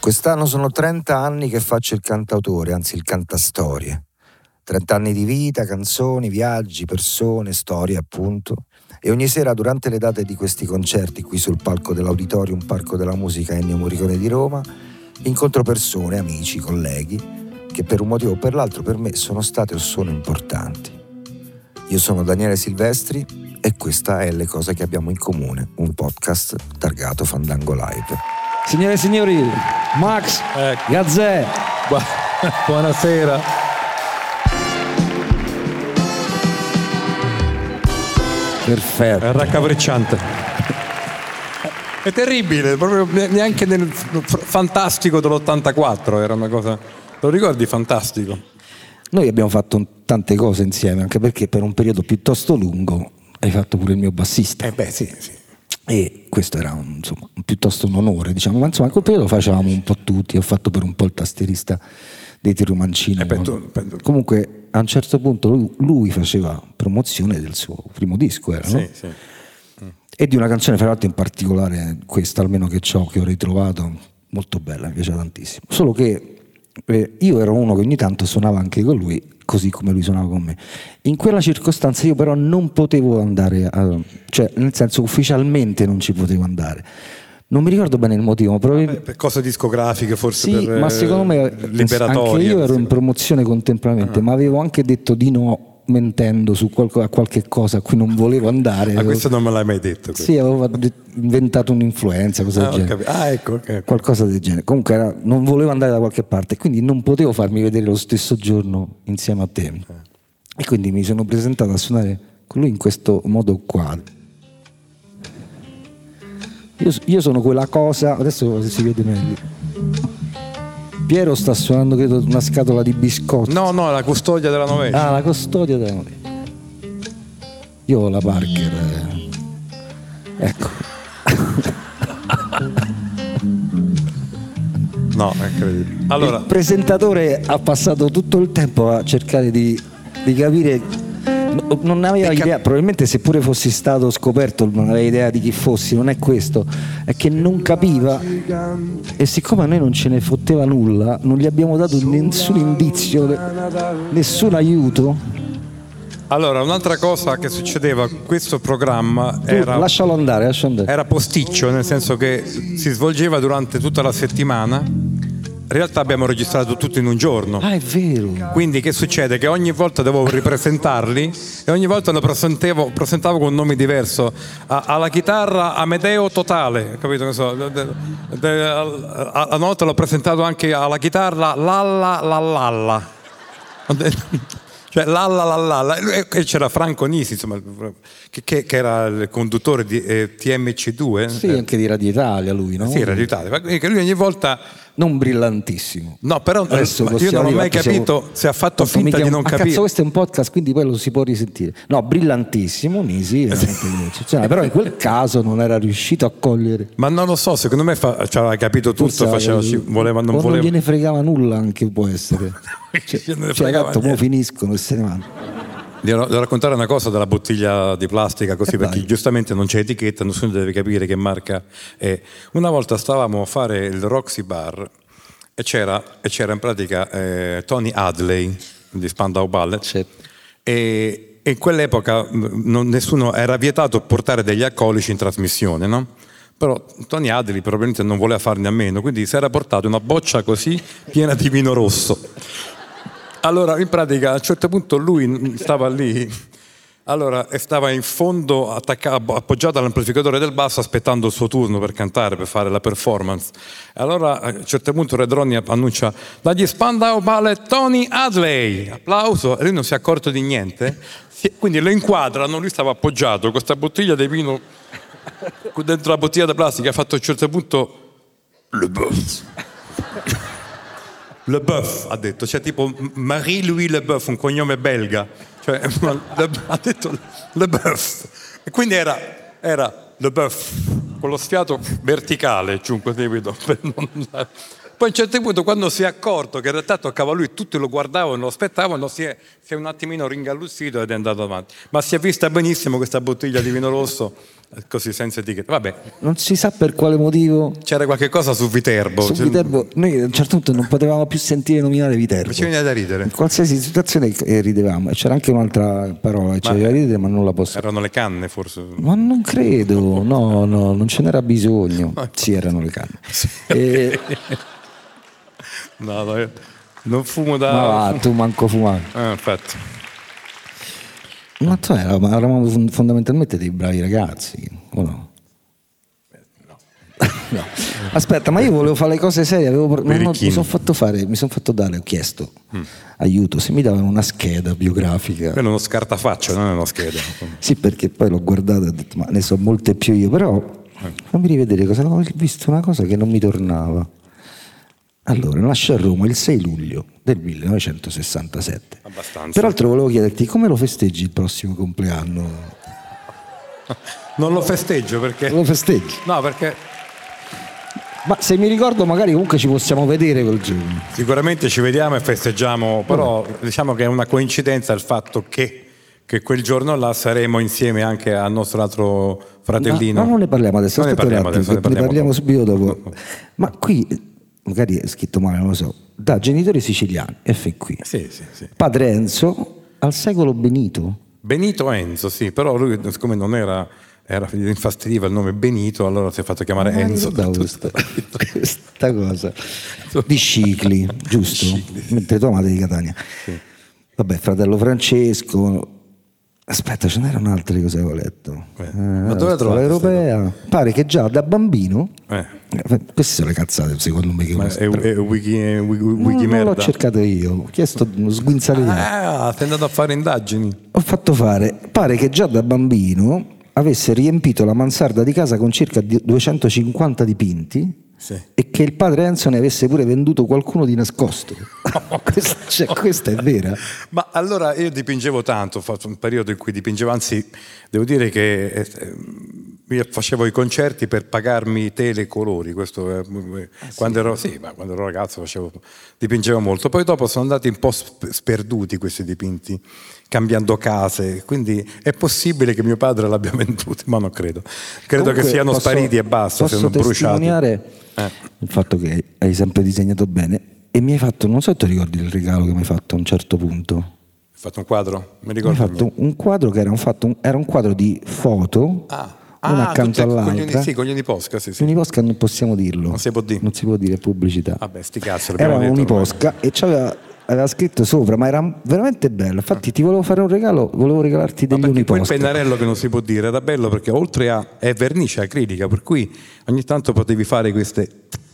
Quest'anno sono 30 anni che faccio il cantautore, anzi il cantastorie. 30 anni di vita, canzoni, viaggi, persone, storie appunto. E ogni sera durante le date di questi concerti qui sul palco dell'Auditorium Parco della Musica Ennio Morricone di Roma incontro persone, amici, colleghi che per un motivo o per l'altro per me sono state o sono importanti. Io sono Daniele Silvestri e questa è Le cose che abbiamo in comune, un podcast targato Fandango Live. Signore e signori, Max Gazzè. Buonasera. Perfetto. È raccapricciante. È terribile, proprio neanche nel Fantastico dell'84 era una cosa. Lo ricordi Fantastico? Noi abbiamo fatto tante cose insieme, anche perché per un periodo piuttosto lungo hai fatto pure il mio bassista. Sì. E questo era piuttosto un onore, diciamo, ma insomma in quel periodo lo facevamo un po' tutti. Ho fatto per un po' il tastierista dei Tiro Mancini. Comunque a un certo punto lui faceva promozione del suo primo disco, era, no? Sì. E di una canzone fra l'altro in particolare, questa almeno che ho ritrovato, molto bella, mi piaceva tantissimo. Solo che io ero uno che ogni tanto suonava anche con lui, così come lui suonava con me. In quella circostanza io però non potevo andare, cioè nel senso ufficialmente non ci potevo andare. Non mi ricordo bene il motivo, per cose discografiche forse. Sì, per, ma secondo me anche io ero in promozione contemporaneamente, ma avevo anche detto di no mentendo su a qualche cosa a cui non volevo andare. Questo non me l'hai mai detto? Sì, avevo inventato un'influenza, cosa del genere. Ecco. Qualcosa del genere. Comunque non volevo andare da qualche parte, quindi non potevo farmi vedere lo stesso giorno insieme a te. E quindi mi sono presentato a suonare con lui in questo modo qua. Io sono quella cosa, adesso si vede meglio. Piero sta suonando credo una scatola di biscotti. No, la custodia della Noveccia. La custodia della Noveccia. Io ho la Parker. Ecco. No, è incredibile. Allora, il presentatore ha passato tutto il tempo a cercare di capire. Non aveva idea, probabilmente se pure fossi stato scoperto non aveva idea di chi fossi, non è questo, è che non capiva, e siccome a noi non ce ne fotteva nulla, non gli abbiamo dato nessun indizio, nessun aiuto. Allora, un'altra cosa che succedeva, questo programma era... Lascialo andare. Era posticcio, nel senso che si svolgeva durante tutta la settimana. In realtà abbiamo registrato tutto in un giorno. È vero. Quindi che succede? Che ogni volta dovevo ripresentarli e ogni volta lo presentavo con un nome diverso. Alla chitarra Amedeo Totale, capito? A notte l'ho presentato anche alla chitarra Lalla. Cioè Lalla. E c'era Franco Nisi, insomma, che era il conduttore di TMC2. Sì, anche di Radio Italia lui, no? Sì, Radio Italia. Che lui ogni volta... Non brillantissimo. No, però io non ho mai capito se ha fatto finta di non capire. Cazzo, questo è un podcast, quindi poi lo si può risentire. No, brillantissimo, Nisi, però in quel caso non era riuscito a cogliere. Ma non lo so, secondo me aveva capito tutto, non gliene fregava nulla, anche può essere. Mo finiscono e se ne vanno. Devo raccontare una cosa della bottiglia di plastica così, perché vai. Giustamente non c'è etichetta, nessuno deve capire che marca è. Una volta stavamo a fare il Roxy Bar e c'era in pratica Tony Hadley di Spandau Ballet, e in quell'epoca nessuno era vietato portare degli alcolici in trasmissione, no? Però Tony Hadley probabilmente non voleva farne a meno, quindi si era portato una boccia così piena di vino rosso. Allora, in pratica, a un certo punto lui stava lì, e stava in fondo appoggiato all'amplificatore del basso aspettando il suo turno per cantare, per fare la performance. Allora, a un certo punto Redroni annuncia dagli Spandau Ballet Tony Hadley, applauso, e lui non si è accorto di niente, quindi lo inquadrano, lui stava appoggiato con questa bottiglia di vino dentro la bottiglia di plastica, ha fatto a un certo punto Leboeuf ha detto, cioè tipo Marie-Louis Leboeuf, un cognome belga, cioè ha detto Leboeuf, e quindi era Leboeuf con lo sfiato verticale giù così, Poi a un certo punto, quando si è accorto che in realtà toccava a lui, tutti lo guardavano, lo aspettavano, si è un attimino ringalluzzito ed è andato avanti. Ma si è vista benissimo questa bottiglia di vino rosso, così senza etichetta. Vabbè. Non si sa per quale motivo. C'era qualche cosa su Viterbo. Su Viterbo, noi a un certo punto non potevamo più sentire nominare Viterbo. Ci veniva da ridere. In qualsiasi situazione ridevamo. E c'era anche un'altra parola che ci aveva ridere, ma non la posso. Erano le canne, forse? Ma non credo, no, non ce n'era bisogno. Sì, erano le canne. No, non fumo da... Ma va, tu manco fumavi. Infatti. Ma tu eravamo fondamentalmente dei bravi ragazzi, o no? No. Aspetta, ma io volevo fare le cose serie, mi sono fatto dare, ho chiesto aiuto, se mi davano una scheda biografica. Quello è uno scartafaccio, non è una scheda. Sì, perché poi l'ho guardata e ho detto, ma ne so molte più io, però fammi rivedere cosa, ho visto una cosa che non mi tornava. Allora, nasce a Roma il 6 luglio del 1967. Abbastanza. Peraltro volevo chiederti come lo festeggi il prossimo compleanno? Non lo festeggio perché... Lo festeggi? No, perché... Ma se mi ricordo magari comunque ci possiamo vedere quel giorno. Sicuramente ci vediamo e festeggiamo, però diciamo che è una coincidenza il fatto che quel giorno là saremo insieme anche al nostro altro fratellino. Ma non ne parliamo adesso, ne parliamo subito dopo. Ma qui... magari è scritto male, non lo so, da genitori siciliani e fin qui. Sì. Padre Enzo, al secolo Benito. Benito Enzo, sì, però lui siccome non era gli infastidiva il nome Benito, allora si è fatto chiamare Enzo. Questa cosa di Scicli, giusto? Mentre tua madre di Catania. Sì. Vabbè, fratello Francesco. Aspetta, ce n'erano altre cose che avevo letto. Ma dove la trovate? L'Europea. Pare che già da bambino. Queste sono le cazzate, secondo me. Che è wiki non merda. L'ho cercato io, ho chiesto uno sguinzare di sei andato a fare indagini. Ho fatto fare. Pare che già da bambino avesse riempito la mansarda di casa con circa 250 dipinti. Sì. E che il padre Enzo ne avesse pure venduto qualcuno di nascosto. Questa è vera. Ma allora io dipingevo tanto, ho fatto un periodo in cui dipingevo, anzi devo dire che io facevo i concerti per pagarmi tele e colori. Questo, quando ero ragazzo dipingevo molto. Poi dopo sono andati un po' sperduti questi dipinti, cambiando case, quindi è possibile che mio padre l'abbia venduto, ma non credo. Comunque, che siano spariti e basta, siano bruciati. Il fatto che hai sempre disegnato bene e mi hai fatto, non so se ti ricordi il regalo che mi hai fatto a un certo punto. Hai fatto un quadro? Mi ricordo. Mi hai fatto un quadro che era un quadro di foto, una accanto all'altra. Coglioni Posca, sì. Coglioni Posca non possiamo dirlo. Non si può dire. Non si può dire, pubblicità. Vabbè, sti cazzo. Era un'Iposca e aveva scritto sopra, ma era veramente bello. Infatti ti volevo fare un regalo, volevo regalarti degli Uniposca. Quel pennarello che non si può dire era bello perché oltre è vernice acrilica, per cui ogni tanto potevi fare queste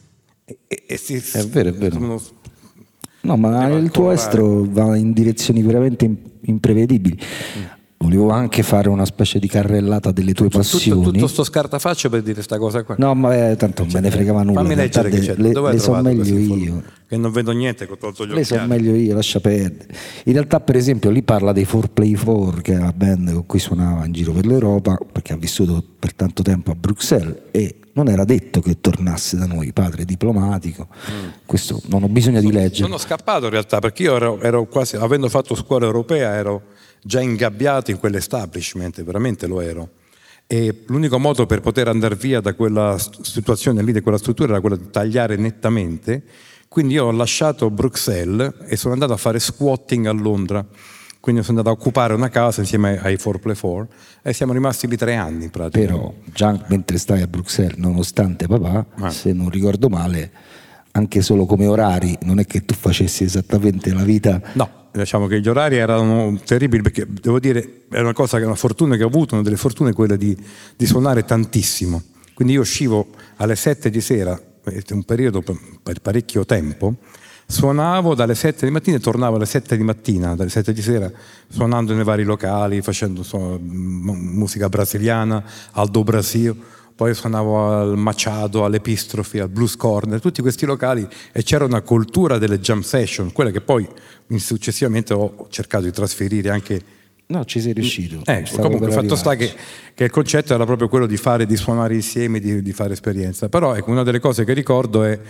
è vero. No, ma il tuo estro va in direzioni veramente imprevedibili. Volevo anche fare una specie di carrellata delle tue passioni. Tutto sto scartafaccio per dire sta cosa qua. No, ma tanto me ne fregava nulla. Fammi leggere che c'è. Le so meglio io. Che non vedo niente, che ho tolto gli occhiali. Le so meglio io, lascia perdere. In realtà, per esempio, lì parla dei 4Play4, che è la band con cui suonava in giro per l'Europa, perché ha vissuto per tanto tempo a Bruxelles e non era detto che tornasse da noi, padre diplomatico. Questo non ho bisogno di leggere. Sono scappato in realtà, perché io ero quasi, avendo fatto scuola europea, ero già ingabbiato in quell'establishment, veramente lo ero. E l'unico modo per poter andare via da quella situazione lì, da quella struttura, era quello di tagliare nettamente. Quindi io ho lasciato Bruxelles e sono andato a fare squatting a Londra. Quindi sono andato a occupare una casa insieme ai 4Play4 e siamo rimasti lì 3 anni in pratica. Però già mentre stai a Bruxelles, nonostante papà, se non ricordo male, anche solo come orari, non è che tu facessi esattamente la vita. No, diciamo che gli orari erano terribili, perché devo dire, è una cosa, una fortuna che ho avuto, una delle fortune è quella di suonare tantissimo. Quindi io uscivo alle 7 di sera, un periodo per parecchio tempo, suonavo dalle 7 di mattina e tornavo alle 7 di mattina, dalle 7 di sera, suonando nei vari locali, facendo musica brasiliana, Aldo Brasil, poi suonavo al Machado, all'Epistrofi, al Blues Corner, tutti questi locali, e c'era una cultura delle jam session, quella che poi successivamente ho cercato di trasferire anche. No, ci sei riuscito. Comunque il fatto sta che il concetto era proprio quello di suonare insieme, di fare esperienza. Però ecco, una delle cose che ricordo è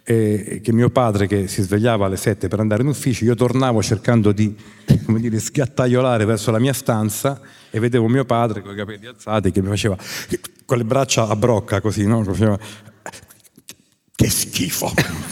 che mio padre, che si svegliava alle 7 per andare in ufficio, io tornavo cercando di, come dire, sgattaiolare verso la mia stanza e vedevo mio padre con i capelli alzati che mi faceva con le braccia a brocca così, no? Faceva, che schifo.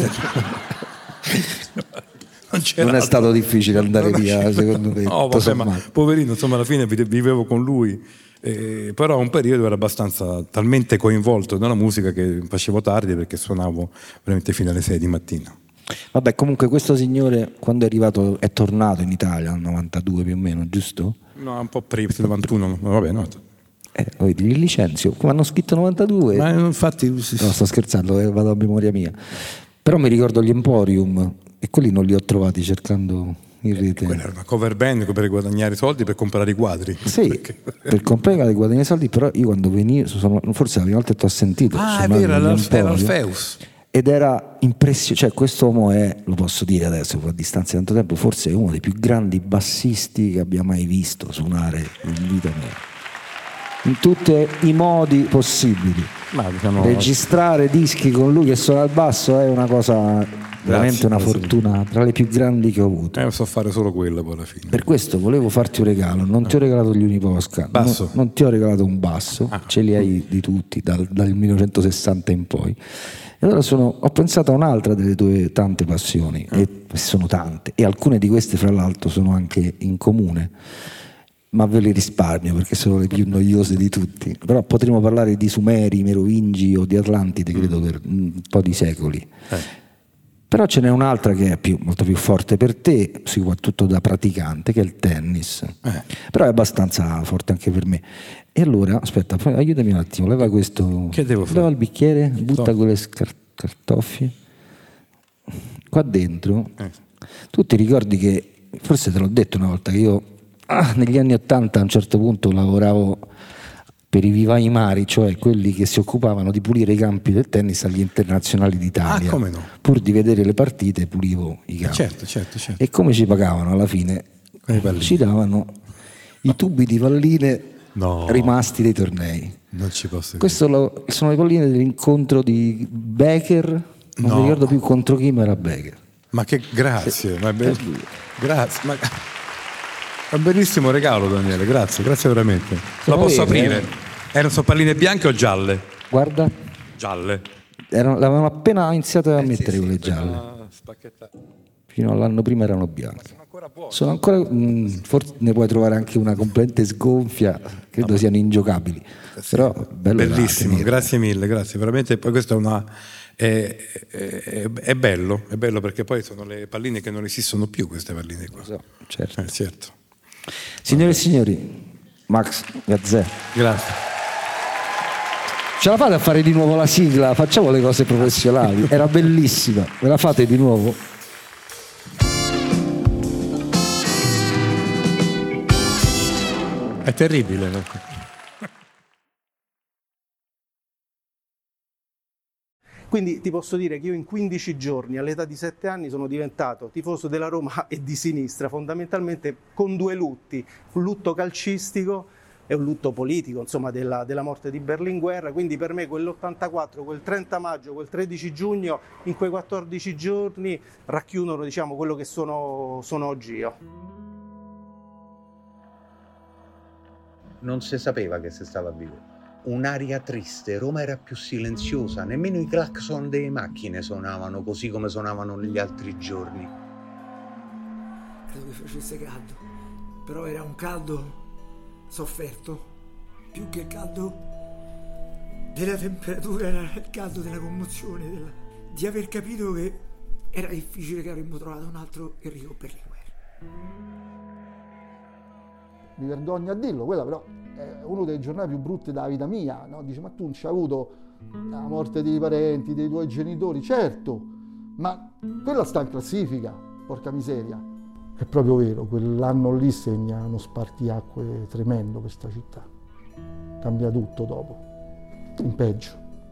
Non è stato difficile andare via, secondo me. No, vabbè, ma poverino, insomma, alla fine vivevo con lui, però un periodo era abbastanza talmente coinvolto nella musica che facevo tardi perché suonavo veramente fino alle 6 di mattina. Vabbè, comunque questo signore quando è arrivato è tornato in Italia nel 92 più o meno, giusto? No, un po' prima, 91, vabbè, no. Li licenzio, come hanno scritto 92. Ma infatti no, sto scherzando, vado a memoria mia. Però mi ricordo gli Emporium e quelli non li ho trovati cercando in rete. Quella era una cover band per guadagnare soldi per comprare i quadri. Sì, perché... per comprare e guadagnare soldi, però io quando venivo, forse la prima volta che ti ho sentito. Ah, è vero, era Alfeus. Ed era impressionante, cioè questo uomo è, lo posso dire adesso a distanza di tanto tempo, forse è uno dei più grandi bassisti che abbia mai visto suonare in vita mia. In tutti i modi possibili. Ma, diciamo... Registrare dischi con lui che suona il basso è una cosa veramente una fortuna tra le più grandi che ho avuto. So fare solo quello poi alla fine. Per questo volevo farti un regalo, non ti ho regalato gli Uniposca, non ti ho regalato un basso, ce li hai di tutti dal 1960 in poi. E allora ho pensato a un'altra delle tue tante passioni, e sono tante, e alcune di queste fra l'altro sono anche in comune, ma ve le risparmio perché sono le più noiose di tutti. Però potremo parlare di Sumeri, Merovingi o di Atlantide, credo, per un po' di secoli. Però ce n'è un'altra che è molto più forte per te, soprattutto da praticante, che è il tennis. Però è abbastanza forte anche per me. E allora, aspetta, aiutami un attimo, leva questo. Che devo fare? Leva il bicchiere, butta quelle cartoffie. Qua dentro, tu ti ricordi che, forse te l'ho detto una volta, che io negli anni '80 a un certo punto lavoravo per i vivai mari, cioè quelli che si occupavano di pulire i campi del tennis agli internazionali d'Italia. Come no? Pur di vedere le partite pulivo i campi. Certo. E come ci pagavano alla fine? Ci davano i tubi di palline rimasti dei tornei. Non ci posso Questo sono le palline dell'incontro di Becker, non mi ricordo più contro chi, ma era Becker. Ma che grazie, grazie. Ma... È un bellissimo regalo, Daniele, grazie veramente. La posso aprire? Erano palline bianche o gialle? Guarda. Gialle. L'avevano appena iniziato a mettere quelle gialle. Fino all'anno prima erano bianche. Sono ancora forse ne puoi trovare anche una completa sgonfia, credo siano ingiocabili. Però bellissimo, grazie mille, grazie. Veramente poi questa è una... È bello perché poi sono le palline che non esistono più, queste palline qua. Certo. Signore e signori, Max Gazzè. Grazie. Ce la fate a fare di nuovo la sigla? Facciamo le cose professionali. Era bellissima. Me la fate di nuovo? È terribile, no? Quindi ti posso dire che io in 15 giorni, all'età di 7 anni, sono diventato tifoso della Roma e di sinistra, fondamentalmente con due lutti, un lutto calcistico e un lutto politico, insomma, della morte di Berlinguer. Quindi per me quell'84, quel 30 maggio, quel 13 giugno, in quei 14 giorni racchiudono, diciamo, quello che sono oggi io. Non si sapeva che si stava vivo. Un'aria triste, Roma era più silenziosa, nemmeno i clacson delle macchine suonavano così come suonavano negli altri giorni. Credo che facesse caldo, però era un caldo sofferto, più che caldo della temperatura, era il caldo della commozione, di aver capito che era difficile che avremmo trovato un altro Enrico Berlinguer. Mi vergogno a dirlo, quella però è uno dei giornali più brutti della vita mia, no? Dice, ma tu non c'hai avuto la morte dei parenti, dei tuoi genitori? Certo, ma quella sta in classifica, porca miseria. È proprio vero, quell'anno lì segna uno spartiacque tremendo questa città. Cambia tutto dopo, in peggio.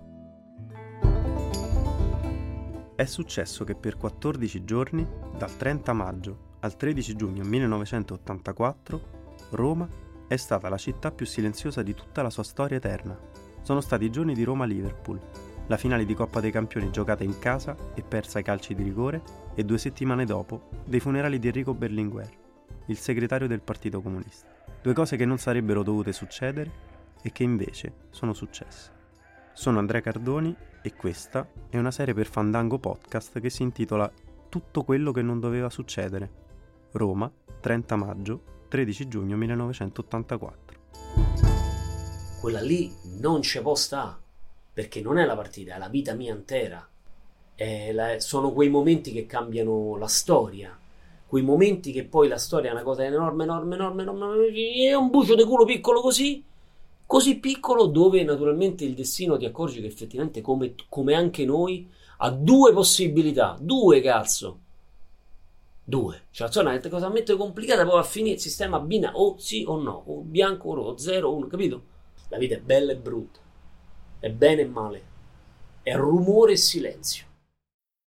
È successo che per 14 giorni, dal 30 maggio al 13 giugno 1984, Roma è stata la città più silenziosa di tutta la sua storia eterna. Sono stati i giorni di Roma-Liverpool, la finale di Coppa dei Campioni giocata in casa e persa ai calci di rigore, e 2 settimane dopo dei funerali di Enrico Berlinguer, il segretario del Partito Comunista. 2 cose che non sarebbero dovute succedere e che invece sono successe. Sono Andrea Cardoni e questa è una serie per Fandango Podcast che si intitola Tutto quello che non doveva succedere. Roma, 30 maggio, 13 giugno 1984. Quella lì non c'è posta, perché non è la partita, è la vita mia intera. Sono quei momenti che cambiano la storia, quei momenti che poi la storia è una cosa enorme, è un bucio di culo piccolo così piccolo, dove naturalmente il destino ti accorgi che effettivamente come anche noi ha 2 possibilità, 2 cazzo. 2, cioè è una cosa talmente complicata, poi va a finire il sistema binario, o sì o no, o bianco o rosso, 0 o 1, capito? La vita è bella e brutta, è bene e male, è rumore e silenzio.